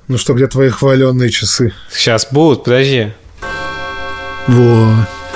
Ну что, где твои хваленные часы? Сейчас будут, подожди. Во.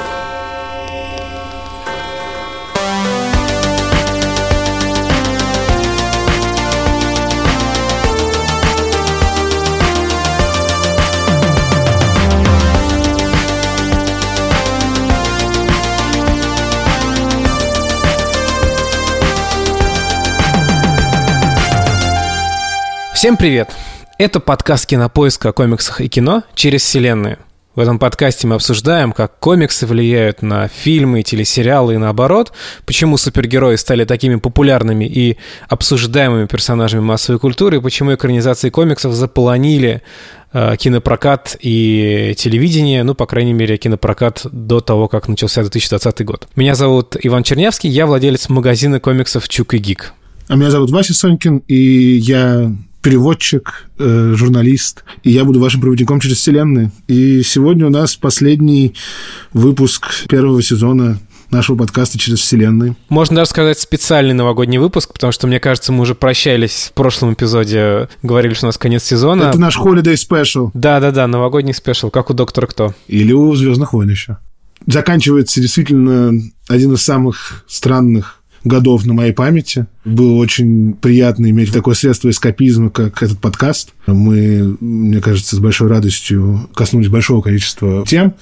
Всем привет! Это подкаст «Кинопоиска» о комиксах и кино через вселенные. В этом подкасте мы обсуждаем, как комиксы влияют на фильмы, телесериалы и наоборот, почему супергерои стали такими популярными и обсуждаемыми персонажами массовой культуры, и почему экранизации комиксов заполонили кинопрокат и телевидение, ну, по крайней мере, кинопрокат до того, как начался 2020 год. Меня зовут Иван Чернявский, я владелец магазина комиксов «Чук и Гик». А меня зовут Вася Сонькин, и я переводчик, журналист, и я буду вашим проводником через вселенные. И сегодня у нас последний выпуск первого сезона нашего подкаста «Через вселенные». Можно даже сказать специальный новогодний выпуск, потому что, мне кажется, мы уже прощались в прошлом эпизоде, говорили, что у нас конец сезона. Это наш Holiday Special. Да-да-да, новогодний спешл, как у Доктора Кто. Или у «Звездных войн» еще. Заканчивается действительно один из самых странных годов на моей памяти. Было очень приятно иметь такое средство эскапизма, как этот подкаст. Мы, мне кажется, с большой радостью коснулись большого количества тем.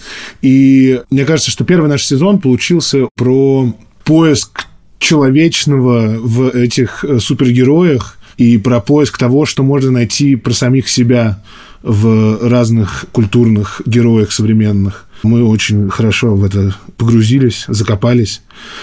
И мне кажется, что первый наш сезон получился про поиск человечного в этих супергероях и про поиск того, что можно найти про самих себя в разных культурных героях современных. Мы очень хорошо в это погрузились, закопались.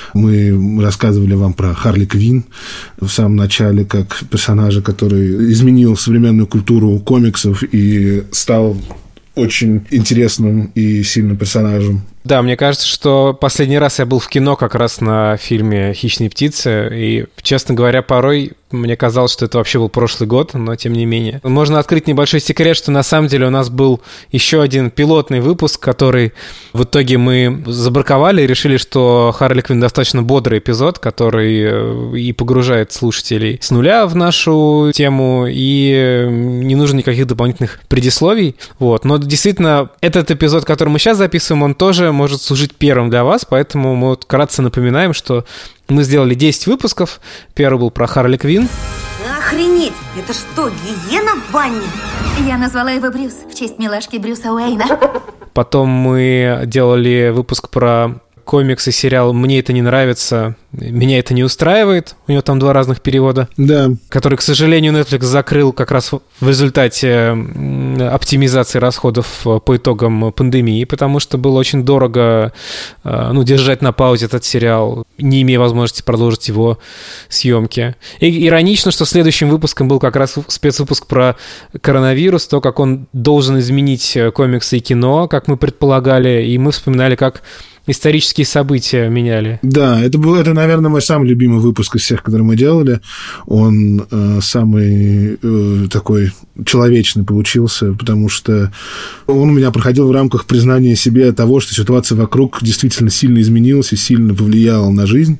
Мы рассказывали вам про Харли Квинн в самом начале, как персонажа, который изменил современную культуру комиксов и стал очень интересным и сильным персонажем. Да, мне кажется, что последний раз я был в кино как раз на фильме «Хищные птицы», и, честно говоря, порой мне казалось, что это вообще был прошлый год, но тем не менее. Можно открыть небольшой секрет, что на самом деле у нас был еще один пилотный выпуск, который в итоге мы забраковали и решили, что Харли Квинн достаточно бодрый эпизод, который и погружает слушателей с нуля в нашу тему, и не нужно никаких дополнительных предисловий. Вот. Но действительно, этот эпизод, который мы сейчас записываем, он тоже может служить первым для вас, поэтому мы вот вкратце напоминаем, что мы сделали 10 выпусков. Первый был про Харли Квинн. Охренеть! Это что, гиена в ванне? Я назвала его Брюс в честь милашки Брюса Уэйна. Потом мы делали выпуск про комикс и сериал «Мне это не нравится, меня это не устраивает». У него там 2 разных перевода. Да. Который, к сожалению, Netflix закрыл как раз в результате оптимизации расходов по итогам пандемии, потому что было очень дорого держать на паузе этот сериал, не имея возможности продолжить его съемки. И иронично, что следующим выпуском был как раз спецвыпуск про коронавирус, то, как он должен изменить комиксы и кино, как мы предполагали, и мы вспоминали, как исторические события меняли. Да, это, наверное, мой самый любимый выпуск из всех, которые мы делали. Он самый такой человечный получился, потому что он у меня проходил в рамках признания себе того, что ситуация вокруг действительно сильно изменилась и сильно повлияла на жизнь.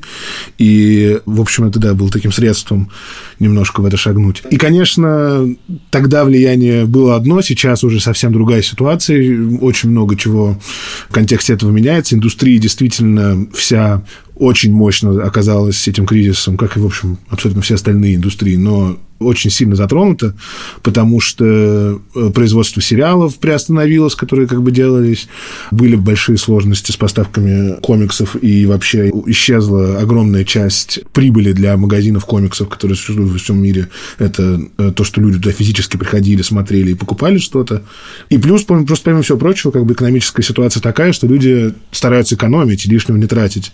И, в общем, это, да, было таким средством немножко в это шагнуть. И, конечно, тогда влияние было одно, сейчас уже совсем другая ситуация. Очень много чего в контексте этого меняется. Индустрия действительно вся очень мощно оказалась этим кризисом, как и, в общем, абсолютно все остальные индустрии, но очень сильно затронута, потому что производство сериалов приостановилось, которые как бы делались, были большие сложности с поставками комиксов, и вообще исчезла огромная часть прибыли для магазинов комиксов, которые существуют во всем мире. Это то, что люди туда физически приходили, смотрели и покупали что-то. И плюс, просто помимо всего прочего, как бы экономическая ситуация такая, что люди стараются экономить и лишнего не тратить.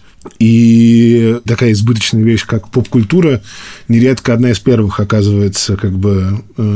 И такая избыточная вещь, как поп-культура, нередко одна из первых оказывается как бы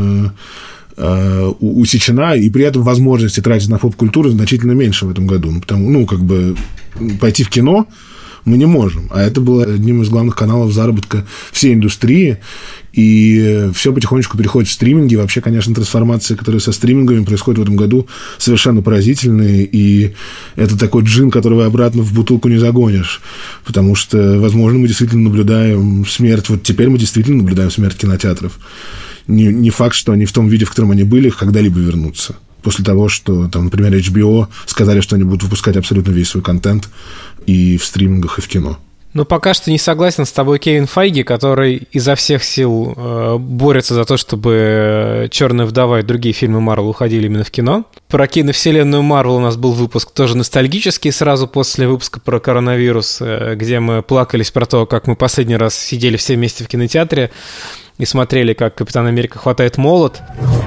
усечена, и при этом возможности тратить на поп-культуру значительно меньше в этом году. Потому, как бы пойти в кино мы не можем. А это было одним из главных каналов заработка всей индустрии. И все потихонечку переходит в стриминги. Вообще, конечно, трансформация, которая со стримингами происходит в этом году, совершенно поразительная. И это такой джин, которого обратно в бутылку не загонишь. Потому что, возможно, мы действительно наблюдаем смерть. Вот теперь мы действительно наблюдаем смерть кинотеатров. не факт, что они в том виде, в котором они были, когда-либо вернутся. После того, что, там, например, HBO сказали, что они будут выпускать абсолютно весь свой контент и в стримингах, и в кино. Ну, пока что не согласен с тобой Кевин Файги, который изо всех сил борется за то, чтобы «Черная вдова» и другие фильмы Марвел уходили именно в кино. Про киновселенную Марвел у нас был выпуск тоже ностальгический, сразу после выпуска про коронавирус, где мы плакались про то, как мы последний раз сидели все вместе в кинотеатре и смотрели, как Капитан Америка хватает молот.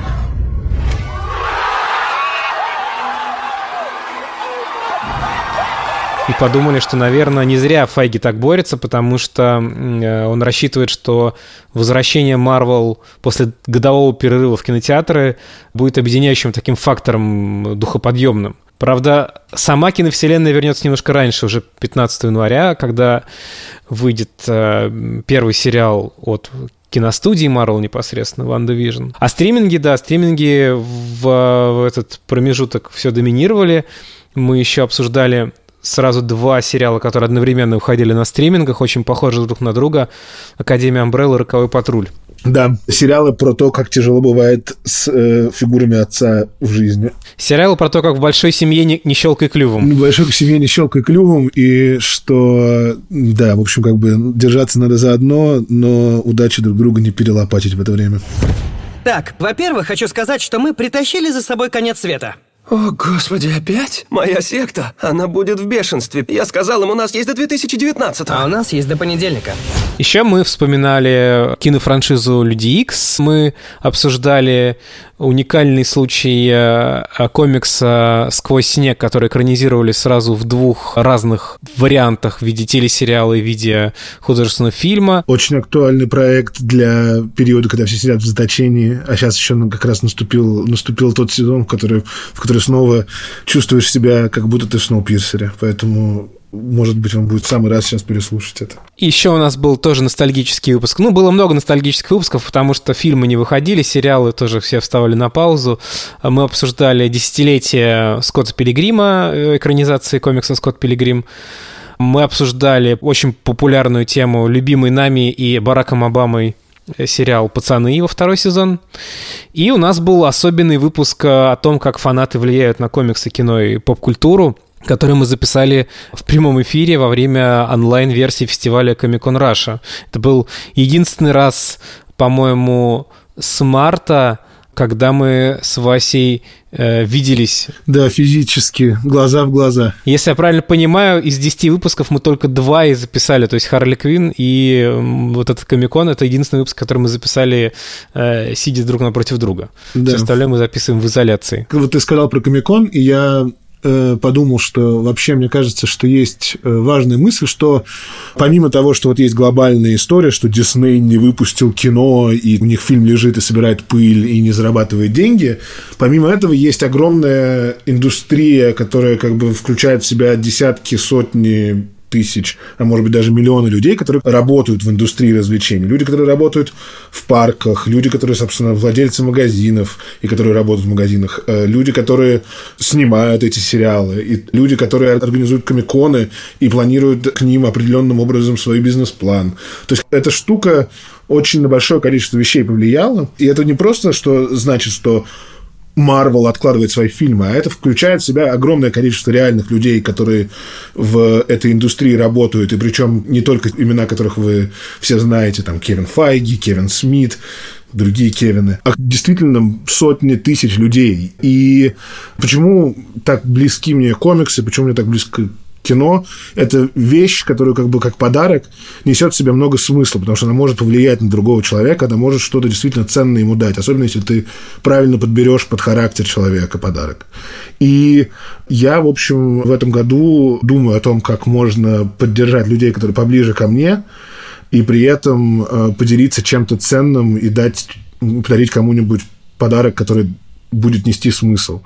И подумали, что, наверное, не зря Файги так борется, потому что он рассчитывает, что возвращение Марвел после годового перерыва в кинотеатры будет объединяющим таким фактором духоподъемным. Правда, сама киновселенная вернется немножко раньше, уже 15 января, когда выйдет первый сериал от киностудии Marvel непосредственно, WandaVision. А стриминги в этот промежуток все доминировали. Мы еще обсуждали сразу два сериала, которые одновременно выходили на стримингах, очень похожи друг на друга. «Академия Амбрелла» и «Роковой патруль». Да, сериалы про то, как тяжело бывает с фигурами отца в жизни. Сериалы про то, как в большой семье не щелкай клювом. В большой семье не щелкай клювом, и что, да, в общем, как бы держаться надо заодно, но удачи друг друга не перелопатить в это время. Так, во-первых, хочу сказать, что мы притащили за собой конец света. О, господи, опять? Моя секта? Она будет в бешенстве. Я сказал им, у нас есть до 2019-го. А у нас есть до понедельника. Еще мы вспоминали кинофраншизу «Люди Икс». Мы обсуждали уникальный случай комикса «Сквозь снег», который экранизировали сразу в двух разных вариантах в виде телесериала и в виде художественного фильма. Очень актуальный проект для периода, когда все сидят в заточении, а сейчас еще как раз наступил тот сезон, в который снова чувствуешь себя, как будто ты в Сноупирсере. Поэтому, может быть, вам будет в самый раз сейчас переслушать это. Еще у нас был тоже ностальгический выпуск. Ну, было много ностальгических выпусков, потому что фильмы не выходили, сериалы тоже все вставали на паузу. Мы обсуждали десятилетие Скотта Пилигрима, экранизации комикса «Скотт Пилигрим». Мы обсуждали очень популярную тему любимый нами и Бараком Обамой сериал «Пацаны», его второй сезон. И у нас был особенный выпуск о том, как фанаты влияют на комиксы, кино и поп-культуру, который мы записали в прямом эфире во время онлайн-версии фестиваля Comic-Con Russia. Это был единственный раз, по-моему, с марта, когда мы с Васей виделись. Да, физически, глаза в глаза. Если я правильно понимаю, из 10 выпусков мы только 2 и записали, то есть Харли Квинн и вот этот Комик-кон, это единственный выпуск, который мы записали, сидя друг напротив друга. Да. Все остальное мы записываем в изоляции. Вот ты сказал про Комик-кон, и я подумал, что вообще мне кажется, что есть важная мысль, что помимо того, что вот есть глобальная история, что Дисней не выпустил кино, и у них фильм лежит и собирает пыль, и не зарабатывает деньги, помимо этого есть огромная индустрия, которая как бы включает в себя десятки, сотни тысяч, а может быть даже миллионы людей, которые работают в индустрии развлечений. Люди, которые работают в парках, люди, которые, собственно, владельцы магазинов и которые работают в магазинах, люди, которые снимают эти сериалы, и люди, которые организуют комиконы и планируют к ним определенным образом свой бизнес-план. То есть эта штука очень на большое количество вещей повлияла, и это не просто что значит, что Марвел откладывает свои фильмы, а это включает в себя огромное количество реальных людей, которые в этой индустрии работают, и причем не только имена, которых вы все знаете, там Кевин Файги, Кевин Смит, другие Кевины, а действительно сотни тысяч людей. И почему так близки мне комиксы, почему мне так близко кино, это вещь, которую как бы как подарок несет в себе много смысла, потому что она может повлиять на другого человека, она может что-то действительно ценное ему дать, особенно если ты правильно подберешь под характер человека подарок. И я, в общем, в этом году думаю о том, как можно поддержать людей, которые поближе ко мне, и при этом поделиться чем-то ценным и подарить кому-нибудь подарок, который будет нести смысл.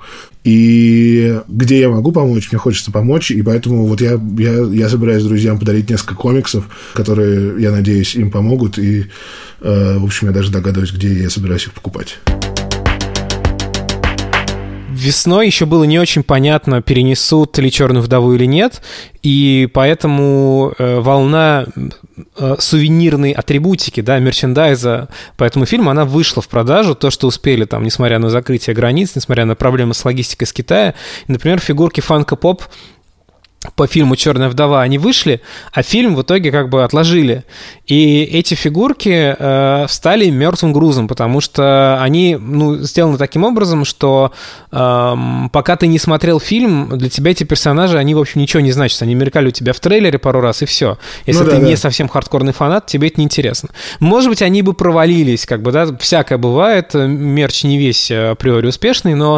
И где я могу помочь, мне хочется помочь, и поэтому вот я собираюсь друзьям подарить несколько комиксов, которые, я надеюсь, им помогут, и, в общем, я даже догадываюсь, где я собираюсь их покупать. весной еще было не очень понятно, перенесут ли «Черную вдову» или нет, и поэтому волна сувенирной атрибутики, да, мерчендайза по этому фильму, она вышла в продажу. То, что успели, там, несмотря на закрытие границ, несмотря на проблемы с логистикой с Китая. Например, фигурки Funko Pop по фильму «Черная вдова» они вышли, а фильм в итоге как бы отложили. И эти фигурки стали мертвым грузом, потому что они сделаны таким образом, что пока ты не смотрел фильм, для тебя эти персонажи, они, в общем, ничего не значат. Они мелькали у тебя в трейлере пару раз, и все. Если ты не совсем хардкорный фанат, тебе это неинтересно. Может быть, они бы провалились, как бы, да, всякое бывает, мерч не весь априори успешный, но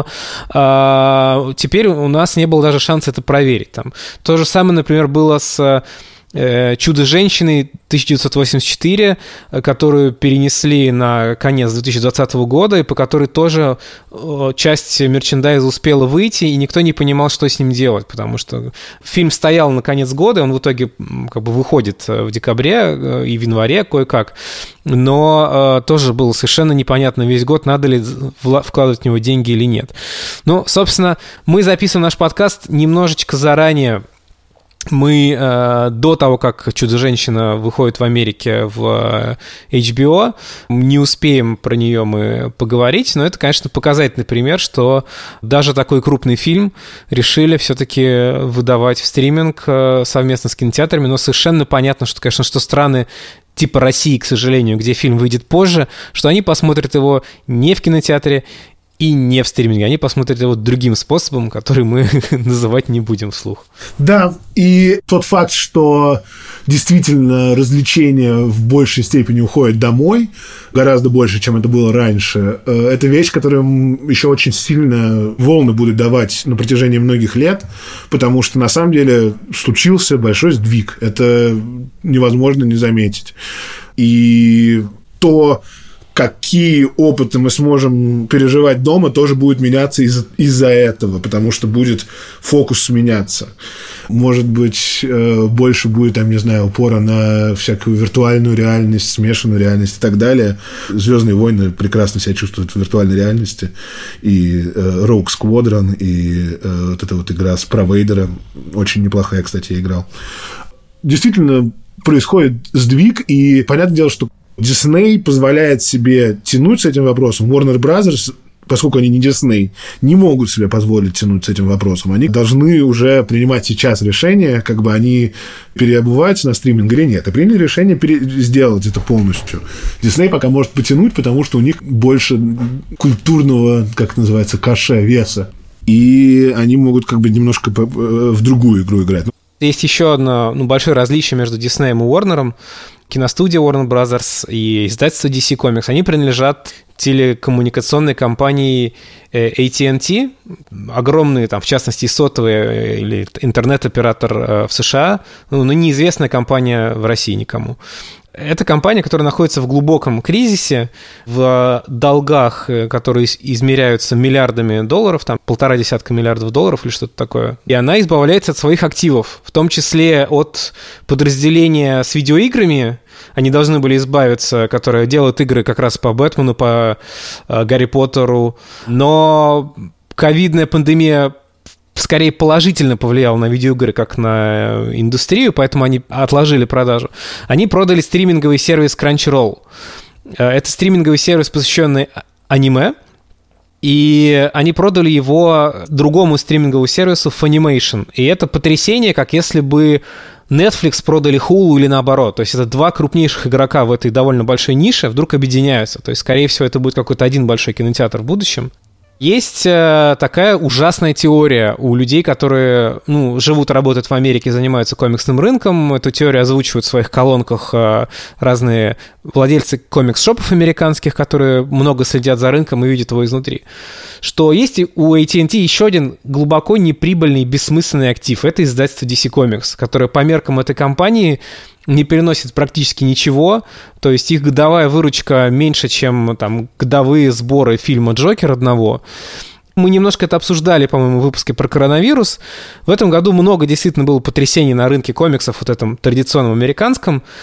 теперь у нас не было даже шанса это проверить. Там. То же самое, например, было с «Чудо-женщиной» 1984, которую перенесли на конец 2020 года, и по которой тоже часть мерчендайза успела выйти, и никто не понимал, что с ним делать, потому что фильм стоял на конец года, он в итоге как бы выходит в декабре и в январе кое-как, но тоже было совершенно непонятно весь год, надо ли вкладывать в него деньги или нет. Ну, собственно, мы записываем наш подкаст немножечко заранее. Мы до того, как «Чудо-женщина» выходит в Америке в HBO, не успеем про нее мы поговорить, но это, конечно, показательный пример, что даже такой крупный фильм решили все-таки выдавать в стриминг совместно с кинотеатрами, но совершенно понятно, что, конечно, что страны типа России, к сожалению, где фильм выйдет позже, что они посмотрят его не в кинотеатре и не в стриминге. Они посмотрят его другим способом, который мы называть не будем вслух. Да, и тот факт, что действительно развлечения в большей степени уходят домой, гораздо больше, чем это было раньше, это вещь, которая еще очень сильно волны будет давать на протяжении многих лет, потому что, на самом деле, случился большой сдвиг. Это невозможно не заметить. И то, какие опыты мы сможем переживать дома, тоже будет меняться из-за этого, потому что будет фокус меняться. Может быть, больше будет, там, не знаю, упора на всякую виртуальную реальность, смешанную реальность и так далее. «Звездные войны» прекрасно себя чувствуют в виртуальной реальности. И Rogue Squadron, и вот эта вот игра с Про Вейдера. Очень неплохая, кстати, я играл. Действительно, происходит сдвиг, и понятное дело, что Дисней позволяет себе тянуть с этим вопросом. Warner Brothers, поскольку они не Дисней, не могут себе позволить тянуть с этим вопросом. Они должны уже принимать сейчас решение, как бы они переобуваются на стриминг или нет. И приняли решение сделать это полностью. Дисней пока может потянуть, потому что у них больше культурного, как это называется, каше, веса. И они могут как бы немножко в другую игру играть. Есть еще одно большое различие между Диснеем и Уорнером. Киностудия Warner Brothers и издательство DC Comics, они принадлежат телекоммуникационной компании AT&T, огромный, там, в частности, сотовый или интернет-оператор в США, но неизвестная компания в России никому. Это компания, которая находится в глубоком кризисе, в долгах, которые измеряются миллиардами долларов, там 1,5 миллиарда долларов или что-то такое. И она избавляется от своих активов, в том числе от подразделения с видеоиграми. Они должны были избавиться, которые делают игры как раз по Бэтмену, по Гарри Поттеру. Но ковидная пандемия скорее положительно повлиял на видеоигры, как на индустрию, поэтому они отложили продажу. Они продали стриминговый сервис Crunchyroll. Это стриминговый сервис, посвященный аниме, и они продали его другому стриминговому сервису Funimation. И это потрясение, как если бы Netflix продали Hulu или наоборот. То есть это два крупнейших игрока в этой довольно большой нише вдруг объединяются. То есть, скорее всего, это будет какой-то один большой кинотеатр в будущем. Есть такая ужасная теория у людей, которые живут и работают в Америке и занимаются комиксным рынком. Эту теорию озвучивают в своих колонках разные владельцы комикс-шопов американских, которые много следят за рынком и видят его изнутри. Что есть у AT&T еще один глубоко неприбыльный, бессмысленный актив. Это издательство DC Comics, которое по меркам этой компании не переносит практически ничего, то есть их годовая выручка меньше, чем там годовые сборы фильма «Джокер» одного. Мы немножко это обсуждали, по-моему, в выпуске про коронавирус. В этом году много действительно было потрясений на рынке комиксов, вот этом традиционном американском.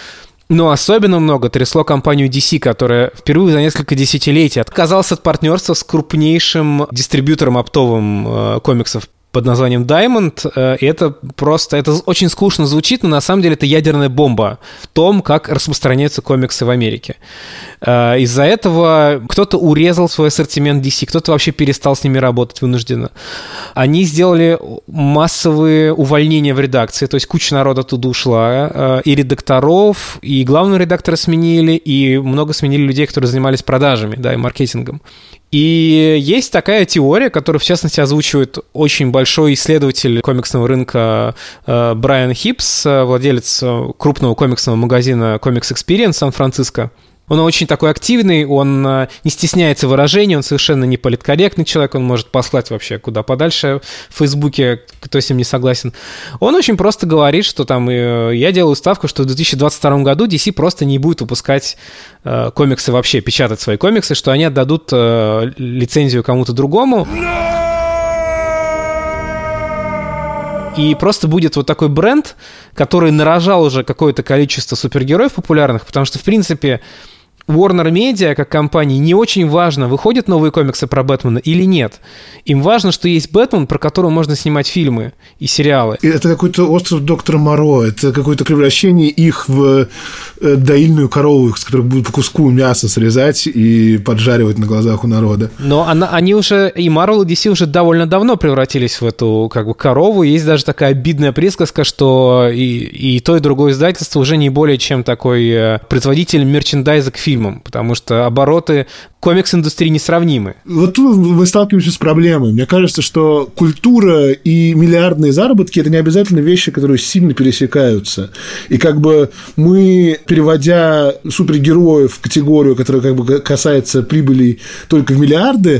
Но особенно много трясло компанию DC, которая впервые за несколько десятилетий отказалась от партнерства с крупнейшим дистрибьютором оптовым комиксов под названием Diamond, и это очень скучно звучит, но на самом деле это ядерная бомба в том, как распространяются комиксы в Америке. Из-за этого кто-то урезал свой ассортимент DC, кто-то вообще перестал с ними работать вынужденно. Они сделали массовые увольнения в редакции, то есть куча народа оттуда ушла, и редакторов, и главного редактора сменили, и много сменили людей, которые занимались продажами, да, и маркетингом. И есть такая теория, которую, в частности, озвучивает очень большой исследователь комиксного рынка Брайан Хипс, владелец крупного комиксного магазина Comics Experience Сан-Франциско. Он очень такой активный, он не стесняется выражений, он совершенно не политкорректный человек, он может послать вообще куда подальше в Фейсбуке, кто с ним не согласен. Он очень просто говорит, что там я делаю ставку, что в 2022 году DC просто не будет выпускать комиксы вообще, печатать свои комиксы, что они отдадут лицензию кому-то другому. И просто будет вот такой бренд, который нарожал уже какое-то количество супергероев популярных, потому что, в принципе, Warner Media, как компании, не очень важно, выходят новые комиксы про Бэтмена или нет. Им важно, что есть Бэтмен, про которого можно снимать фильмы и сериалы. Это какой-то остров доктора Моро, это какое-то превращение их в доильную корову, с которой будут по куску мяса срезать и поджаривать на глазах у народа. Но они уже, и Marvel, и DC уже довольно давно превратились в эту как бы корову. Есть даже такая обидная присказка, что и то, и другое издательство уже не более чем такой производитель мерчендайза к фильмам, потому что обороты комикс-индустрии несравнимы. Вот тут мы сталкиваемся с проблемой. Мне кажется, что культура и миллиардные заработки – это не обязательно вещи, которые сильно пересекаются. И как бы мы, переводя супергероев в категорию, которая как бы касается прибыли только в миллиарды,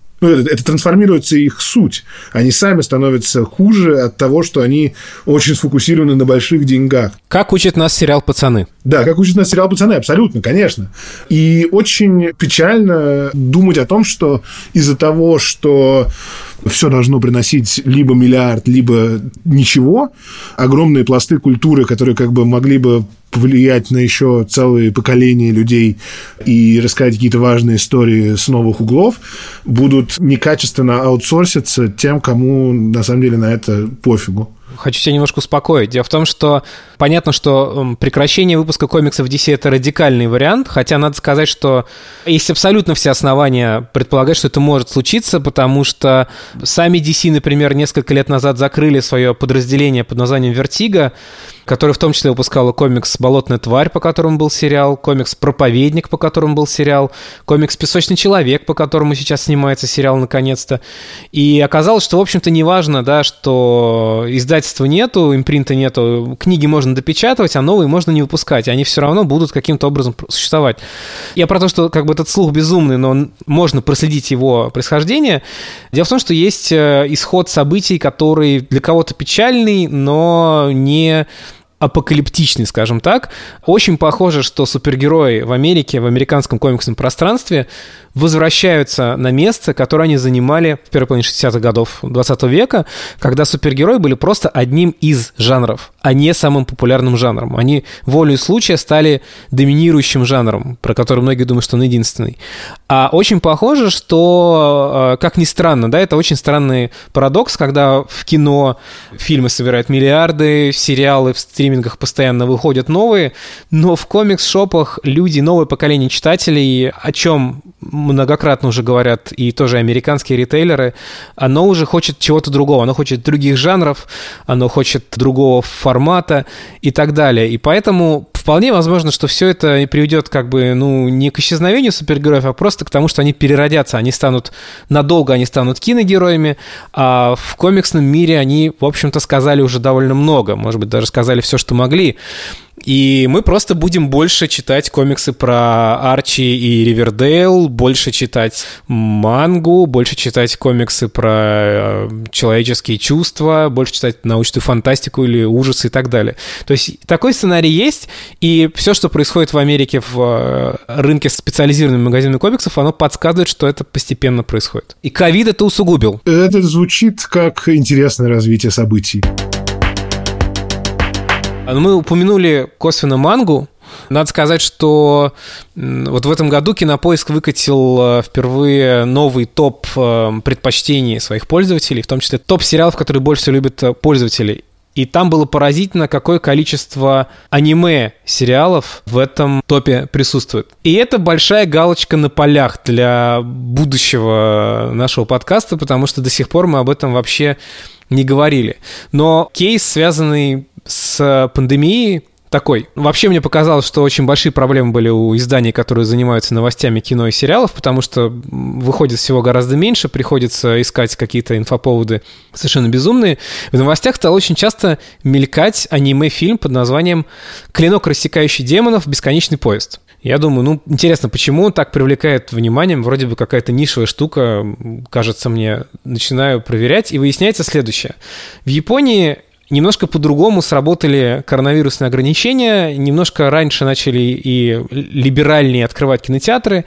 это трансформируется их суть. Они сами становятся хуже от того, что они очень сфокусированы на больших деньгах. Как учит нас сериал «Пацаны». Да, как учит нас сериал «Пацаны», абсолютно, конечно. И очень печально думать о том, что из-за того, что все должно приносить либо миллиард, либо ничего, огромные пласты культуры, которые как бы могли бы повлиять на еще целые поколения людей и рассказать какие-то важные истории с новых углов, будут некачественно аутсорситься тем, кому на самом деле на это пофигу. Хочу тебя немножко успокоить. Дело в том, что понятно, что прекращение выпуска комиксов DC – это радикальный вариант, хотя надо сказать, что есть абсолютно все основания предполагать, что это может случиться, потому что сами DC, например, несколько лет назад закрыли свое подразделение под названием Vertigo, которое в том числе выпускало комикс «Болотная тварь», по которому был сериал, комикс «Проповедник», по которому был сериал, комикс «Песочный человек», по которому сейчас снимается сериал наконец-то. И оказалось, что, в общем-то, неважно, да, что издательства нету, импринта нету, книги можно допечатывать, а новые можно не выпускать, они все равно будут каким-то образом существовать. Я про то, что как бы этот слух безумный, но можно проследить его происхождение. Дело в том, что есть исход событий, который для кого-то печальный, но не апокалиптичный, скажем так. Очень похоже, что супергерои в Америке, в американском комиксном пространстве возвращаются на место, которое они занимали в первой половине 60-х годов 20 века, когда супергерои были просто одним из жанров, а не самым популярным жанром. Они волей случая стали доминирующим жанром, про который многие думают, что он единственный. А очень похоже, что, как ни странно, да, это очень странный парадокс, когда в кино фильмы собирают миллиарды, сериалы в стримингах постоянно выходят новые, но в комикс-шопах люди, новое поколение читателей, о чем многократно уже говорят и тоже американские ритейлеры, оно уже хочет чего-то другого, оно хочет других жанров, оно хочет другого формата и так далее. И поэтому вполне возможно, что все это приведет как бы, не к исчезновению супергероев, а просто к тому, что они переродятся, они станут киногероями, а в комиксном мире они, в общем-то, сказали уже довольно много, может быть, даже сказали все, что могли. И мы просто будем больше читать комиксы про Арчи и Ривердейл, больше читать мангу, больше читать комиксы про человеческие чувства, больше читать научную фантастику или ужасы и так далее. То есть такой сценарий есть, и все, что происходит в Америке в рынке с специализированными магазинами комиксов, оно подсказывает, что это постепенно происходит. И ковид это усугубил. Это звучит как интересное развитие событий. Мы упомянули косвенно мангу. Надо сказать, что вот в этом году Кинопоиск выкатил впервые новый топ предпочтений своих пользователей, в том числе топ сериалов, которые больше всего любят пользователи. И там было поразительно, какое количество аниме-сериалов в этом топе присутствует. И это большая галочка на полях для будущего нашего подкаста, потому что до сих пор мы об этом вообще не говорили. Но кейс, связанный с пандемией, такой. Вообще мне показалось, что очень большие проблемы были у изданий, которые занимаются новостями кино и сериалов, потому что выходит всего гораздо меньше, приходится искать какие-то инфоповоды совершенно безумные. В новостях стал очень часто мелькать аниме-фильм под названием «Клинок, рассекающий демонов. Бесконечный поезд». Я думаю, интересно, почему он так привлекает внимание? Вроде бы какая-то нишевая штука, кажется мне. Начинаю проверять, и выясняется следующее. В Японии немножко по-другому сработали коронавирусные ограничения, немножко раньше начали и либеральнее открывать кинотеатры,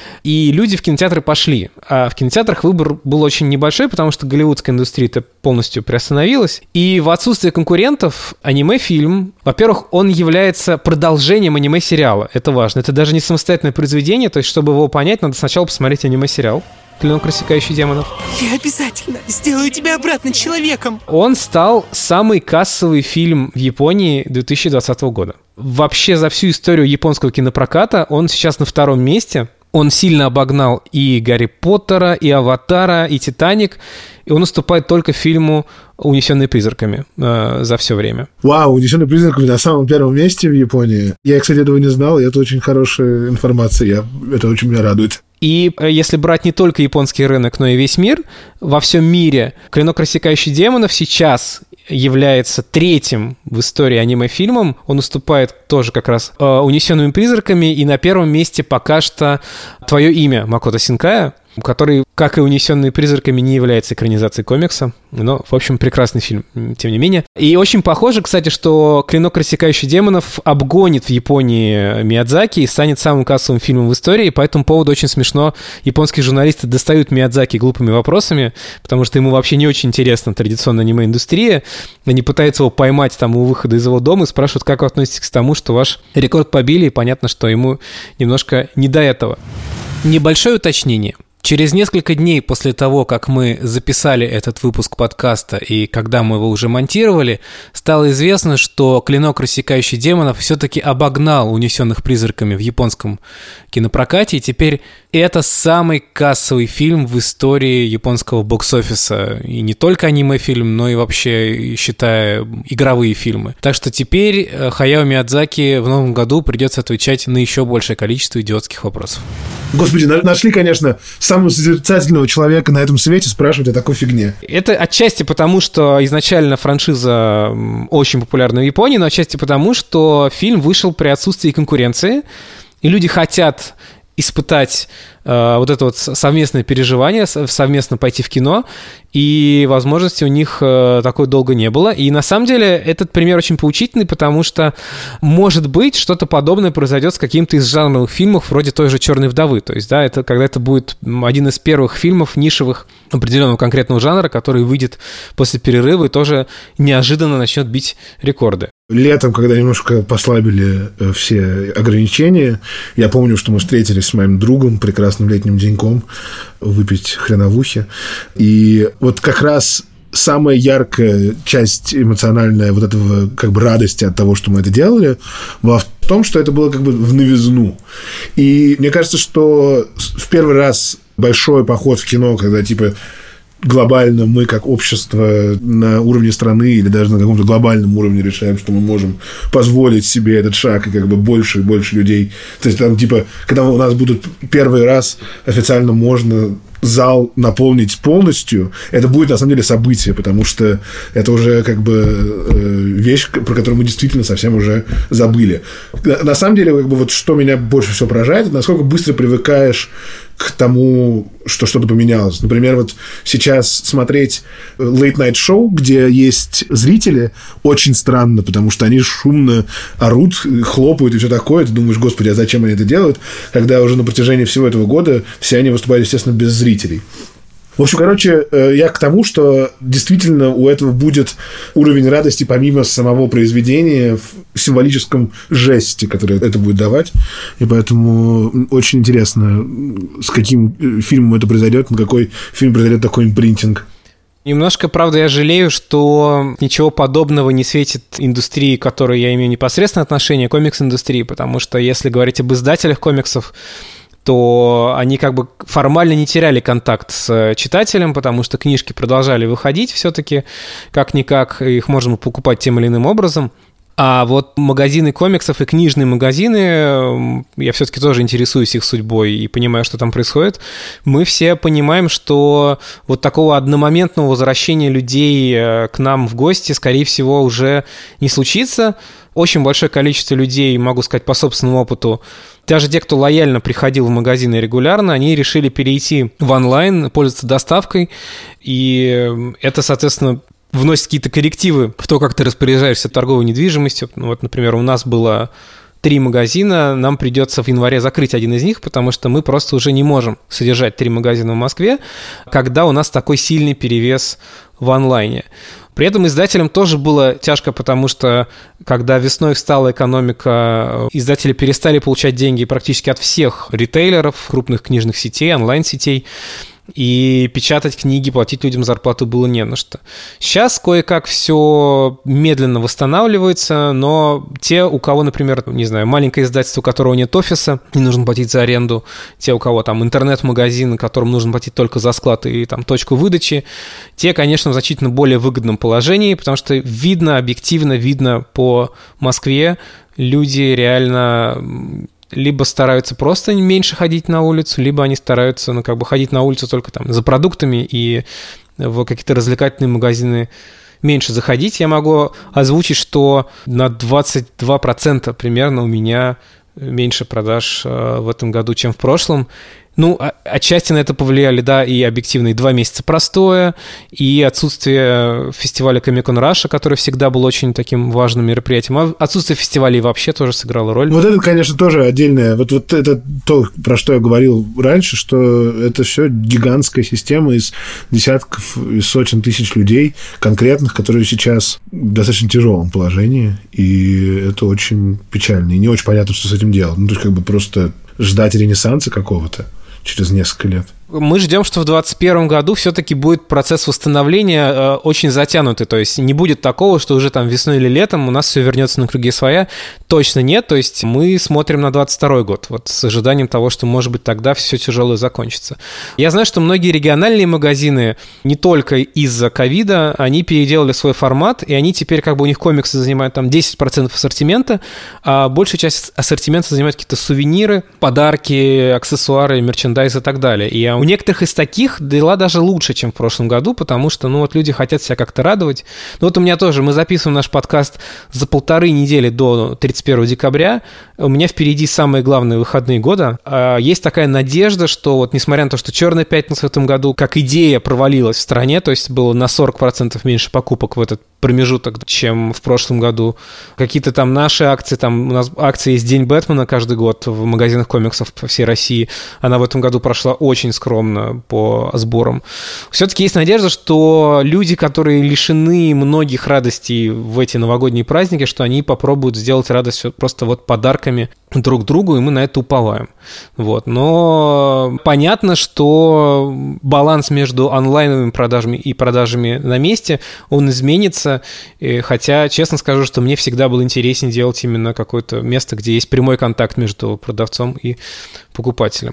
и люди в кинотеатры пошли. А в кинотеатрах выбор был очень небольшой, потому что голливудская индустрия-то полностью приостановилась. И в отсутствие конкурентов аниме-фильм, во-первых, он является продолжением аниме-сериала. Это важно. Это даже не самостоятельное произведение, то есть, чтобы его понять, надо сначала посмотреть аниме-сериал «Клинок, рассекающий демонов». Я обязательно сделаю тебя обратно человеком. Он стал самый кассовый фильм в Японии 2020 года. Вообще за всю историю японского кинопроката он сейчас на 2-м месте. Он сильно обогнал и «Гарри Поттера», и «Аватара», и «Титаник». И он уступает только фильму «Унесенные призраками» за все время. Вау, «Унесенные призраками» на самом первом месте в Японии. Я, кстати, этого не знал, и это очень хорошая информация. Это очень меня радует. И если брать не только японский рынок, но и весь мир, во всем мире «Клинок, рассекающий демонов» сейчас является 3-м в истории аниме-фильмом. Он уступает тоже как раз «Унесенными призраками», и на 1-м месте пока что «Твое имя» Макото Синкая, который, как и «Унесенные призраками», не является экранизацией комикса. Но, в общем, прекрасный фильм, тем не менее. И очень похоже, кстати, что «Клинок, рассекающий демонов» обгонит в Японии Миядзаки и станет самым кассовым фильмом в истории. И по этому поводу очень смешно. Японские журналисты достают Миядзаки глупыми вопросами, потому что ему вообще не очень интересна традиционная аниме-индустрия. Они пытаются его поймать там у выхода из его дома и спрашивают, как вы относитесь к тому, что ваш рекорд побили, и понятно, что ему немножко не до этого. Небольшое уточнение. Через несколько дней после того, как мы записали этот выпуск подкаста и когда мы его уже монтировали, стало известно, что «Клинок, рассекающий демонов» все-таки обогнал «Унесенных призраками» в японском кинопрокате, и теперь это самый кассовый фильм в истории японского бокс-офиса. И не только аниме-фильм, но и вообще, считая, игровые фильмы. Так что теперь Хаяо Миядзаки в новом году придется отвечать на еще большее количество идиотских вопросов. Господи, нашли, конечно, самого созерцательного человека на этом свете спрашивать о такой фигне. Это отчасти потому, что изначально франшиза очень популярна в Японии, но отчасти потому, что фильм вышел при отсутствии конкуренции, и люди хотят испытать вот это вот совместное переживание, совместно пойти в кино, и возможности у них такой долго не было. И на самом деле этот пример очень поучительный, потому что, может быть, что-то подобное произойдет с каким-то из жанровых фильмов, вроде той же «Черной вдовы». То есть, да, это когда это будет один из первых фильмов нишевых определенного конкретного жанра, который выйдет после перерыва и тоже неожиданно начнет бить рекорды. Летом, когда немножко послабили все ограничения, я помню, что мы встретились с моим другом прекрасным летним деньком выпить хреновухи. И вот как раз самая яркая часть эмоциональная вот этого как бы радости от того, что мы это делали, была в том, что это было как бы в новизну. И мне кажется, что в первый раз большой поход в кино, когда типа глобально мы, как общество на уровне страны или даже на каком-то глобальном уровне решаем, что мы можем позволить себе этот шаг, и как бы больше и больше людей. То есть, там, типа, когда у нас будут первый раз официально можно зал наполнить полностью, это будет, на самом деле, событие, потому что это уже, как бы, вещь, про которую мы действительно совсем уже забыли. На самом деле, как бы, вот что меня больше всего поражает, это насколько быстро привыкаешь к тому, что что-то поменялось. Например, вот сейчас смотреть late-night шоу, где есть зрители, очень странно, потому что они шумно орут, хлопают и все такое. Ты думаешь, господи, а зачем они это делают? Когда уже на протяжении всего этого года все они выступали, естественно, без зрителей. В общем, короче, я к тому, что действительно у этого будет уровень радости помимо самого произведения в символическом жесте, который это будет давать. И поэтому очень интересно, с каким фильмом это произойдет, на какой фильм произойдет такой импринтинг. Немножко, правда, я жалею, что ничего подобного не светит индустрии, к которой я имею непосредственное отношение, комикс-индустрии, потому что если говорить об издателях комиксов, то они как бы формально не теряли контакт с читателем, потому что книжки продолжали выходить все-таки, как-никак, их можно покупать тем или иным образом. А вот магазины комиксов и книжные магазины, я все-таки тоже интересуюсь их судьбой и понимаю, что там происходит, мы все понимаем, что вот такого одномоментного возвращения людей к нам в гости, скорее всего, уже не случится. Очень большое количество людей, могу сказать по собственному опыту, даже те, кто лояльно приходил в магазины регулярно, они решили перейти в онлайн, пользоваться доставкой, и это, соответственно, вносит какие-то коррективы в то, как ты распоряжаешься торговой недвижимостью. Ну, вот, например, у нас было 3 магазина, нам придется в январе закрыть один из них, потому что мы просто уже не можем содержать 3 магазина в Москве, когда у нас такой сильный перевес в онлайне. При этом издателям тоже было тяжко, потому что когда весной встала экономика, издатели перестали получать деньги практически от всех ритейлеров, крупных книжных сетей, онлайн-сетей, и печатать книги, платить людям зарплату было не на что. Сейчас кое-как все медленно восстанавливается, но те, у кого, например, не знаю, маленькое издательство, у которого нет офиса, не нужно платить за аренду, те, у кого там интернет-магазин, которым нужно платить только за склад и там точку выдачи, те, конечно, в значительно более выгодном положении, потому что видно, объективно видно по Москве, люди реально либо стараются просто меньше ходить на улицу, либо они стараются, ну, как бы ходить на улицу только там за продуктами и в какие-то развлекательные магазины меньше заходить. Я могу озвучить, что на 22% примерно у меня меньше продаж в этом году, чем в прошлом. Ну, отчасти на это повлияли, да, и объективно, и 2 месяца простоя, и отсутствие фестиваля Comic-Con Russia, который всегда был очень таким важным мероприятием. А отсутствие фестивалей вообще тоже сыграло роль. Вот это, конечно, тоже отдельное. Вот это то, про что я говорил раньше, что это все гигантская система из десятков и сотен тысяч людей конкретных, которые сейчас в достаточно тяжелом положении, и это очень печально. И не очень понятно, что с этим делать. Ну, то есть, как бы просто ждать ренессанса какого-то через несколько лет. Мы ждем, что в 2021 году все-таки будет процесс восстановления очень затянутый, то есть не будет такого, что уже там весной или летом у нас все вернется на круги своя. Точно нет, то есть мы смотрим на 2022 год, вот с ожиданием того, что, может быть, тогда все тяжелое закончится. Я знаю, что многие региональные магазины, не только из-за ковида, они переделали свой формат, и они теперь, как бы у них комиксы занимают там 10% ассортимента, а большая часть ассортимента занимают какие-то сувениры, подарки, аксессуары, мерчендайз и так далее. И у некоторых из таких дела даже лучше, чем в прошлом году, потому что, ну, вот люди хотят себя как-то радовать. Ну, вот у меня тоже, мы записываем наш подкаст за 1,5 недели до 31 декабря. У меня впереди самые главные выходные года. Есть такая надежда, что вот несмотря на то, что «Черная пятница» в этом году как идея провалилась в стране, то есть было на 40% меньше покупок в этот промежуток, чем в прошлом году. Какие-то там наши акции, там у нас акция есть День Бэтмена каждый год в магазинах комиксов по всей России. Она в этом году прошла очень скромно по сборам. Все-таки есть надежда, что люди, которые лишены многих радостей в эти новогодние праздники, что они попробуют сделать радость просто вот подарками друг другу, и мы на это уповаем. Вот. Но понятно, что баланс между онлайновыми продажами и продажами на месте, он изменится, хотя, честно скажу, что мне всегда было интереснее делать именно какое-то место, где есть прямой контакт между продавцом и покупателем.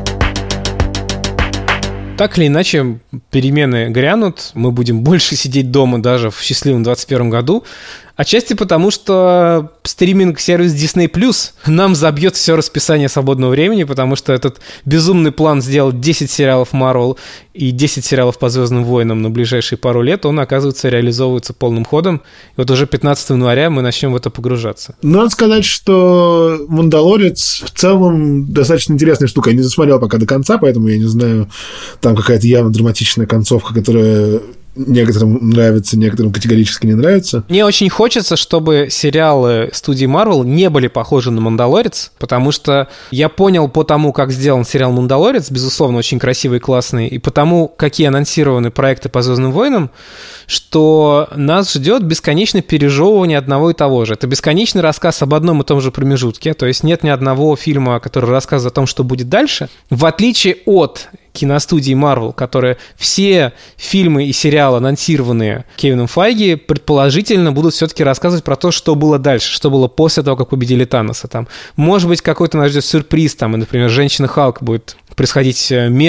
Так или иначе, перемены грянут, мы будем больше сидеть дома даже в счастливом 2021 году, отчасти потому, что стриминг-сервис Disney Plus нам забьет все расписание свободного времени, потому что этот безумный план сделать 10 сериалов Marvel и 10 сериалов по «Звездным войнам» на ближайшие пару лет, он, оказывается, реализовывается полным ходом. И вот уже 15 января мы начнем в это погружаться. Надо сказать, что «Мандалорец» в целом достаточно интересная штука. Я не досмотрел пока до конца, поэтому я не знаю, там какая-то явно драматичная концовка, которая некоторым нравится, некоторым категорически не нравится. Мне очень хочется, чтобы сериалы студии Marvel не были похожи на «Мандалорец», потому что я понял по тому, как сделан сериал «Мандалорец», безусловно, очень красивый и классный, и по тому, какие анонсированы проекты по «Звездным войнам», что нас ждет бесконечное пережевывание одного и того же. Это бесконечный рассказ об одном и том же промежутке, то есть нет ни одного фильма, который рассказывает о том, что будет дальше, в отличие от киностудии Marvel, которые все фильмы и сериалы, анонсированные Кевином Файги, предположительно будут все-таки рассказывать про то, что было дальше, что было после того, как победили Таноса. Там, может быть, какой-то нас ждет сюрприз, там, и, например, Женщина-Халк будет происходить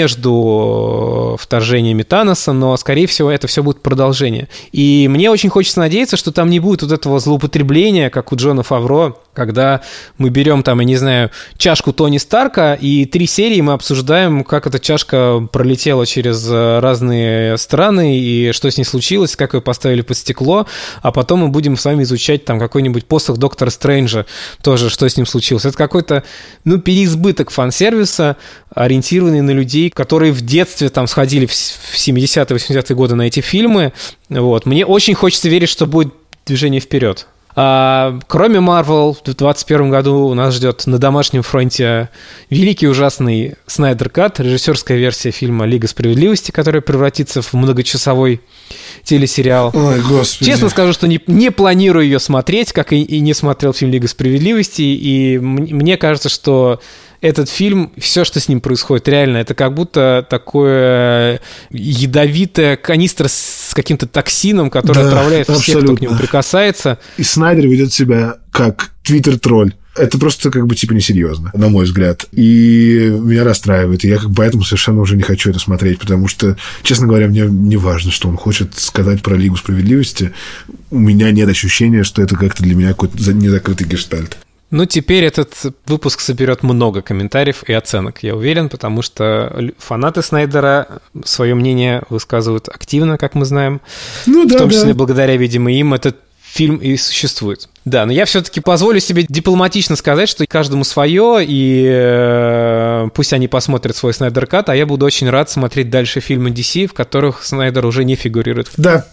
между вторжениями Таноса, но, скорее всего, это все будет продолжение. И мне очень хочется надеяться, что там не будет вот этого злоупотребления, как у Джона Фавро, когда мы берем там, я не знаю, чашку Тони Старка, и 3 серии мы обсуждаем, как эта чашка пролетела через разные страны, и что с ней случилось, как ее поставили под стекло, а потом мы будем с вами изучать там какой-нибудь посох Доктора Стрэнджа, тоже, что с ним случилось. Это какой-то, переизбыток фан-сервиса, ориентированный на людей, которые в детстве там сходили в 70-е, 80-е годы на эти фильмы. Вот. Мне очень хочется верить, что будет движение вперед. Кроме Marvel, в 2021 году у нас ждет на домашнем фронте великий ужасный Снайдер Кат, режиссерская версия фильма «Лига справедливости», которая превратится в многочасовой телесериал. Ой, господи. Честно скажу, что не планирую ее смотреть, как и не смотрел фильм «Лига справедливости», и мне кажется, что этот фильм, все, что с ним происходит, реально, это как будто такое ядовитая канистра с каким-то токсином, который отравляет всех, кто к нему прикасается. И Снайдер ведет себя как твиттер-тролль. Это просто несерьезно, на мой взгляд. И меня расстраивает. И я поэтому совершенно уже не хочу это смотреть, потому что, честно говоря, мне не важно, что он хочет сказать про Лигу справедливости. У меня нет ощущения, что это как-то для меня какой-то незакрытый гештальт. Теперь этот выпуск соберет много комментариев и оценок, я уверен, потому что фанаты Снайдера свое мнение высказывают активно, как мы знаем. В том числе благодаря, видимо, им этот фильм и существует. Да, но я все-таки позволю себе дипломатично сказать, что каждому свое, и пусть они посмотрят свой Снайдер Кат, а я буду очень рад смотреть дальше фильмы DC, в которых Снайдер уже не фигурирует. Да.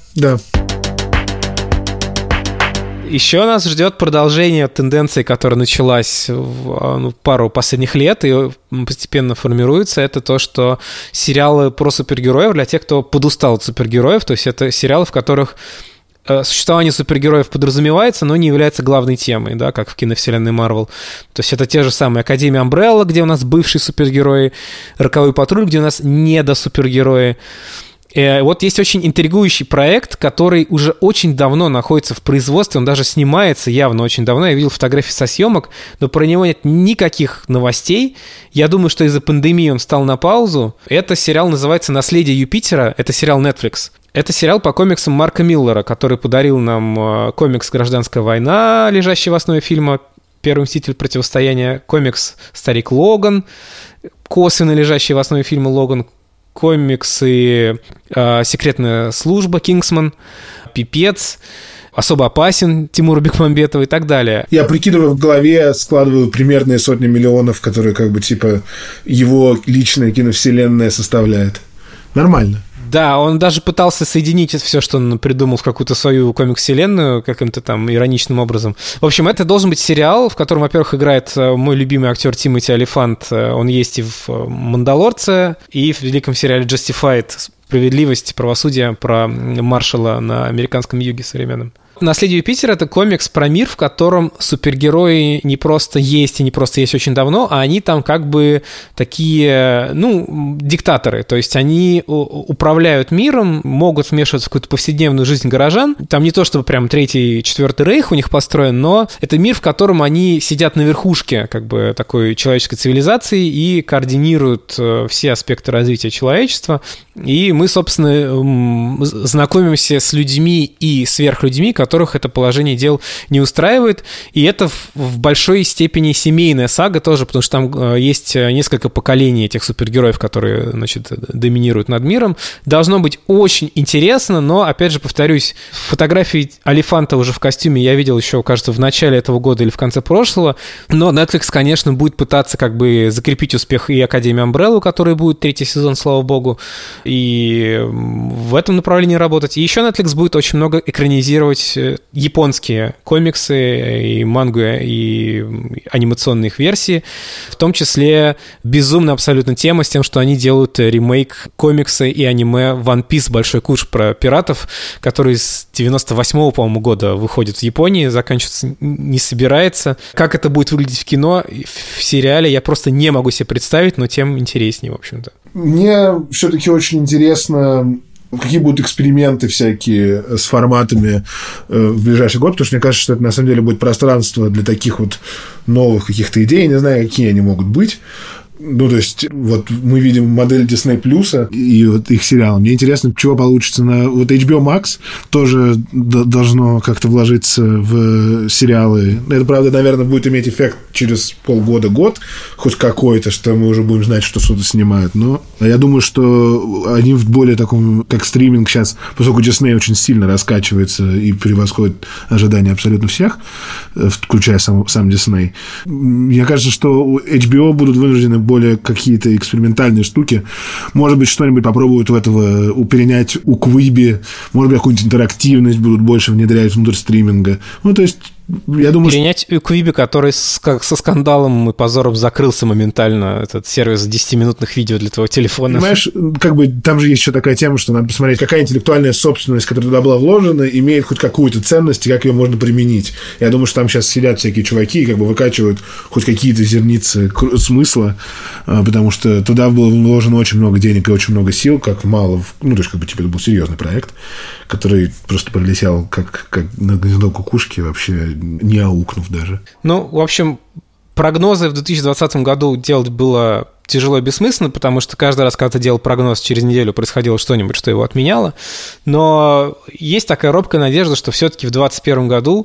Еще нас ждет продолжение тенденции, которая началась пару последних лет и постепенно формируется. Это то, что сериалы про супергероев, для тех, кто подустал от супергероев, то есть это сериалы, в которых существование супергероев подразумевается, но не является главной темой, да, как в киновселенной Marvel. То есть это те же самые Академия Амбрелла, где у нас бывшие супергерои, Роковой патруль, где у нас недосупергерои. Вот есть очень интригующий проект, который уже очень давно находится в производстве, он даже снимается явно очень давно, я видел фотографии со съемок, но про него нет никаких новостей. Я думаю, что из-за пандемии он встал на паузу. Это сериал называется «Наследие Юпитера», это сериал Netflix. Это сериал по комиксам Марка Миллера, который подарил нам комикс «Гражданская война», лежащий в основе фильма «Первый мститель. Противостояние», комикс «Старик Логан», косвенно лежащий в основе фильма «Логан», комиксы «Секретная служба», «Кингсман», «Пипец», «Особо опасен», Тимура Бекмамбетова и так далее. Я прикидываю в голове, складываю примерные сотни миллионов, которые его личная киновселенная составляет. Нормально. Да, он даже пытался соединить все, что он придумал, в какую-то свою комикс-вселенную каким-то там ироничным образом. В общем, это должен быть сериал, в котором, во-первых, играет мой любимый актер Тимоти Олифант. Он есть и в «Мандалорце», и в великом сериале «Justified», «Справедливость, правосудие», про маршала на американском юге современном. «Наследие Юпитера» — это комикс про мир, в котором супергерои не просто есть и не просто есть очень давно, а они там такие, диктаторы. То есть они управляют миром, могут вмешиваться в какую-то повседневную жизнь горожан. Там не то чтобы прям 3-й, 4-й рейх у них построен, но это мир, в котором они сидят на верхушке такой человеческой цивилизации и координируют все аспекты развития человечества. И мы, собственно, знакомимся с людьми и сверхлюдьми, которые которых это положение дел не устраивает. И это в большой степени семейная сага тоже, потому что там есть несколько поколений этих супергероев, которые, значит, доминируют над миром. Должно быть очень интересно, но, опять же, повторюсь, фотографии Алифанта уже в костюме я видел еще, кажется, в начале этого года или в конце прошлого. Но Netflix, конечно, будет пытаться как бы закрепить успех и Академии Umbrella, у которой будет 3-й сезон, слава богу, и в этом направлении работать. И еще Netflix будет очень много экранизировать японские комиксы и мангу, и анимационные их версии, в том числе безумная абсолютно тема с тем, что они делают ремейк комикса и аниме One Piece «Большой куш» про пиратов, который с 98-го, по-моему, года выходит в Японии, заканчиваться не собирается. Как это будет выглядеть в кино, в сериале, я просто не могу себе представить, но тем интереснее, в общем-то. Мне все-таки очень интересно, какие будут эксперименты всякие с форматами в ближайший год, потому что мне кажется, что это на самом деле будет пространство для таких вот новых каких-то идей. Я не знаю, какие они могут быть. Ну, то есть, вот мы видим модель Disney Plus и вот их сериалы. Мне интересно, чего получится на... Вот HBO Max тоже должно как-то вложиться в сериалы. Это, правда, наверное, будет иметь эффект через полгода-год, хоть какой-то, что мы уже будем знать, что что-то снимают. Но я думаю, что они в более таком, как стриминг сейчас, поскольку Disney очень сильно раскачивается и превосходит ожидания абсолютно всех, включая сам Disney. Мне кажется, что HBO будут вынуждены более какие-то экспериментальные штуки. Может быть, что-нибудь попробуют у этого перенять у Quibi. Может быть, какую-нибудь интерактивность будут больше внедрять внутрь стриминга. Ну, то есть, я думаю, перенять у Quibi, который со скандалом и позором закрылся моментально, этот сервис 10-минутных видео для твоего телефона. Понимаешь, как бы там же есть еще такая тема, что надо посмотреть, какая интеллектуальная собственность, которая туда была вложена, имеет хоть какую-то ценность и как ее можно применить. Я думаю, что там сейчас сидят всякие чуваки и как бы выкачивают хоть какие-то зерницы смысла, потому что туда было вложено очень много денег и очень много сил, как мало. Ну, то есть, как бы, типа, это был серьезный проект, который просто пролетел как на гнездо кукушки, вообще не аукнув даже. Ну, в общем, прогнозы в 2020 году делать было тяжело и бессмысленно, потому что каждый раз, когда ты делал прогноз, через неделю происходило что-нибудь, что его отменяло. Но есть такая робкая надежда, что все-таки в 2021 году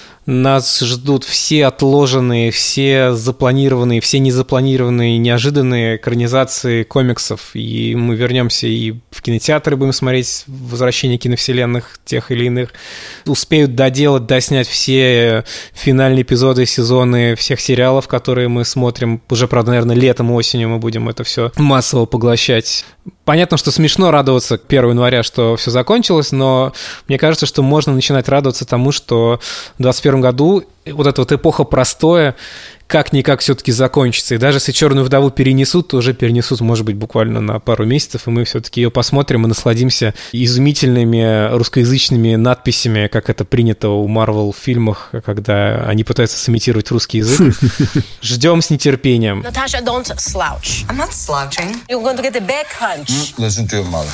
нас ждут все отложенные, все запланированные, все незапланированные, неожиданные экранизации комиксов. И мы вернемся и в кинотеатры будем смотреть возвращение киновселенных тех или иных. Успеют доделать, доснять все финальные эпизоды, сезоны всех сериалов, которые мы смотрим. Уже, правда, наверное, летом и осенью мы будем это все массово поглощать. Понятно, что смешно радоваться 1 января, что все закончилось, но мне кажется, что можно начинать радоваться тому, что в 2021 году вот эта вот эпоха простоя как-никак все-таки закончится. И даже если «Черную вдову» перенесут, то уже перенесут, может быть, буквально на пару месяцев, и мы все-таки ее посмотрим и насладимся изумительными русскоязычными надписями, как это принято у Marvel в фильмах, когда они пытаются сымитировать русский язык. Ждем с нетерпением. Natasha, don't slouch. I'm not slouching. You're going to get a back hunch. Listen to your mother.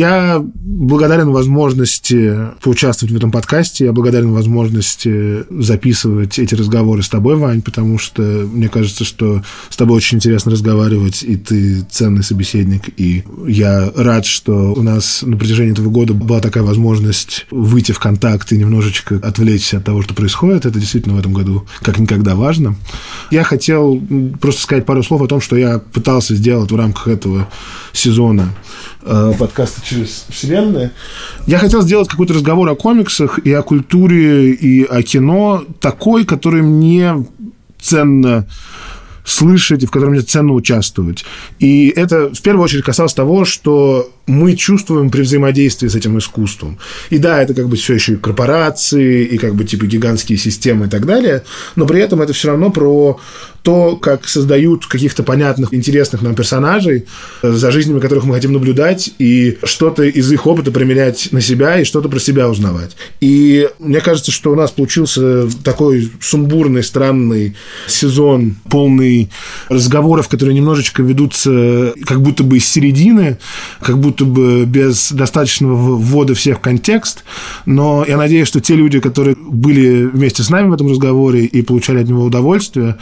Я благодарен возможности поучаствовать в этом подкасте, я благодарен возможности записывать эти разговоры с тобой, Вань, потому что мне кажется, что с тобой очень интересно разговаривать, и ты ценный собеседник, и я рад, что у нас на протяжении этого года была такая возможность выйти в контакт и немножечко отвлечься от того, что происходит. Это действительно в этом году как никогда важно. Я хотел просто сказать пару слов о том, что я пытался сделать в рамках этого сезона подкаста «Через вселенные». Я хотел сделать какой-то разговор о комиксах и о культуре, и о кино такой, который мне ценно слышать и в котором мне ценно участвовать. И это в первую очередь касалось того, что мы чувствуем при взаимодействии с этим искусством. И да, это как бы все еще и корпорации, и как бы типа гигантские системы и так далее, но при этом это все равно про то, как создают каких-то понятных, интересных нам персонажей, за жизнями которых мы хотим наблюдать, и что-то из их опыта применять на себя, и что-то про себя узнавать. И мне кажется, что у нас получился такой сумбурный, странный сезон, полный разговоров, которые немножечко ведутся как будто бы из середины, как будто бы без достаточного ввода всех в контекст. Но я надеюсь, что те люди, которые были вместе с нами в этом разговоре и получали от него удовольствие,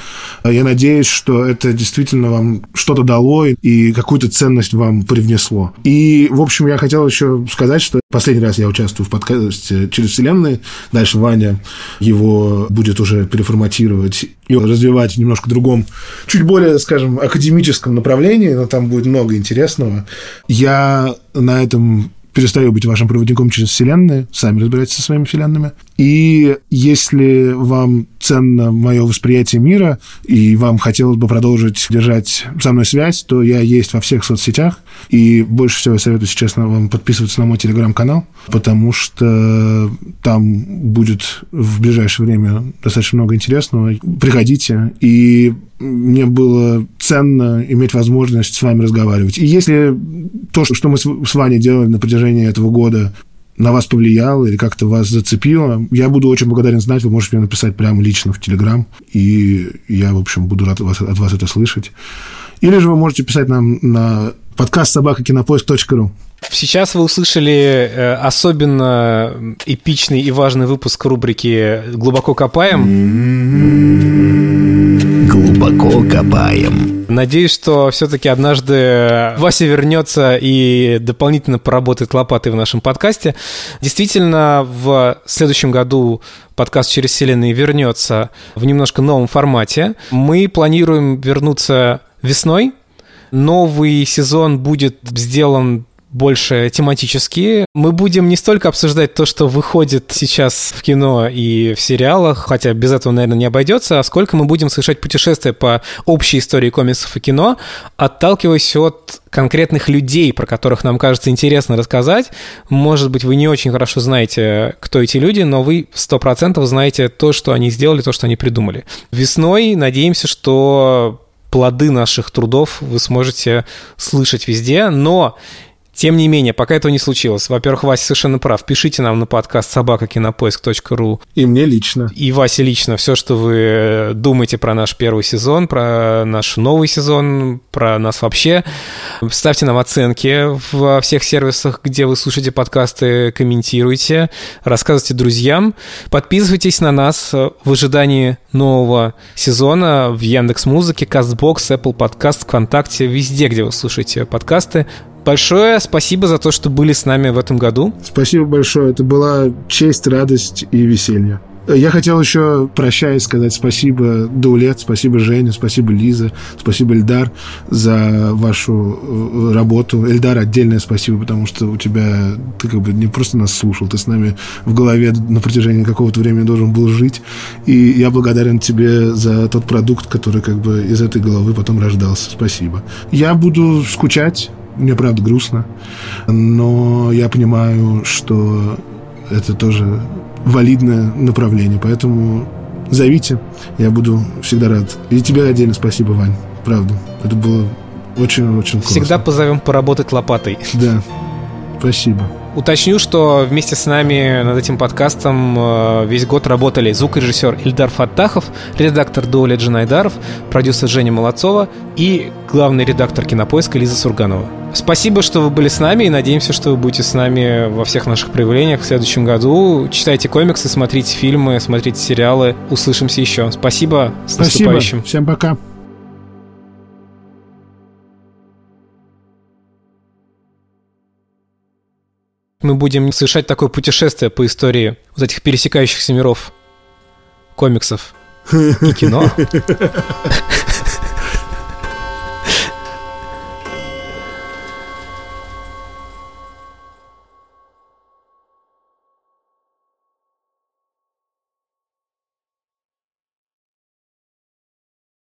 Я надеюсь, что это действительно вам что-то дало и какую-то ценность вам привнесло. И, в общем, я хотел еще сказать, что последний раз я участвую в подкасте «Через вселенные». Дальше Ваня его будет уже переформатировать и развивать в немножко другом, чуть более, скажем, академическом направлении, но там будет много интересного. Я на этом перестаю быть вашим проводником через вселенные, сами разбирайтесь со своими вселенными. И если вам ценно мое восприятие мира, и вам хотелось бы продолжить держать со мной связь, то я есть во всех соцсетях. И больше всего я советую, если честно, вам подписываться на мой телеграм-канал, потому что там будет в ближайшее время достаточно много интересного. Приходите. И мне было ценно иметь возможность с вами разговаривать. И если то, что мы с Ваней делали на протяжении этого года, на вас повлияло или как-то вас зацепило, я буду очень благодарен знать. Вы можете мне написать прямо лично в Телеграм, и я, в общем, буду рад от вас это слышать. Или же вы можете писать нам на podcast@kinopoisk.ru. Сейчас вы услышали особенно эпичный и важный выпуск рубрики «Глубоко копаем». Глубоко копаем. Надеюсь, что все-таки однажды Вася вернется и дополнительно поработает лопатой в нашем подкасте. Действительно, в следующем году подкаст «Через вселенные» вернется в немножко новом формате. Мы планируем вернуться весной. Новый сезон будет сделан больше тематически. Мы будем не столько обсуждать то, что выходит сейчас в кино и в сериалах, хотя без этого, наверное, не обойдется, а сколько мы будем совершать путешествия по общей истории комиксов и кино, отталкиваясь от конкретных людей, про которых нам кажется интересно рассказать. Может быть, вы не очень хорошо знаете, кто эти люди, но вы 100% знаете то, что они сделали, то, что они придумали. Весной надеемся, что плоды наших трудов вы сможете слышать везде, но тем не менее, пока этого не случилось. Во-первых, Вася совершенно прав. Пишите нам на подкаст @kinopoisk.ru. И мне лично. И Васе лично все, что вы думаете про наш первый сезон, про наш новый сезон, про нас вообще. Ставьте нам оценки во всех сервисах, где вы слушаете подкасты, комментируйте, рассказывайте друзьям. Подписывайтесь на нас в ожидании нового сезона в Яндекс.Музыке, Castbox, Apple Podcast, ВКонтакте, везде, где вы слушаете подкасты. Большое спасибо за то, что были с нами в этом году. Спасибо большое. Это была честь, радость и веселье. Я хотел еще, прощаясь, сказать спасибо Даулет, спасибо Женя, спасибо Лиза, спасибо Эльдар за вашу работу. Эльдар, отдельное спасибо, потому что у тебя, ты как бы не просто нас слушал, ты с нами в голове на протяжении какого-то времени должен был жить. И я благодарен тебе за тот продукт, который как бы из этой головы потом рождался. Спасибо. Я буду скучать. Мне, правда, грустно, но я понимаю, что это тоже валидное направление, поэтому зовите, я буду всегда рад. И тебе отдельно спасибо, Вань, правда, это было очень-очень классно. Всегда позовем поработать лопатой. Да, спасибо. Уточню, что вместе с нами над этим подкастом весь год работали звукорежиссер Ильдар Фаттахов, редактор Даулет Джанайдаров, продюсер Женя Молодцова и главный редактор Кинопоиска Лиза Сурганова. Спасибо, что вы были с нами, и надеемся, что вы будете с нами во всех наших проявлениях в следующем году. Читайте комиксы, смотрите фильмы, смотрите сериалы. Услышимся еще. Спасибо. С наступающим. Всем пока. Мы будем совершать такое путешествие по истории вот этих пересекающихся миров комиксов и кино.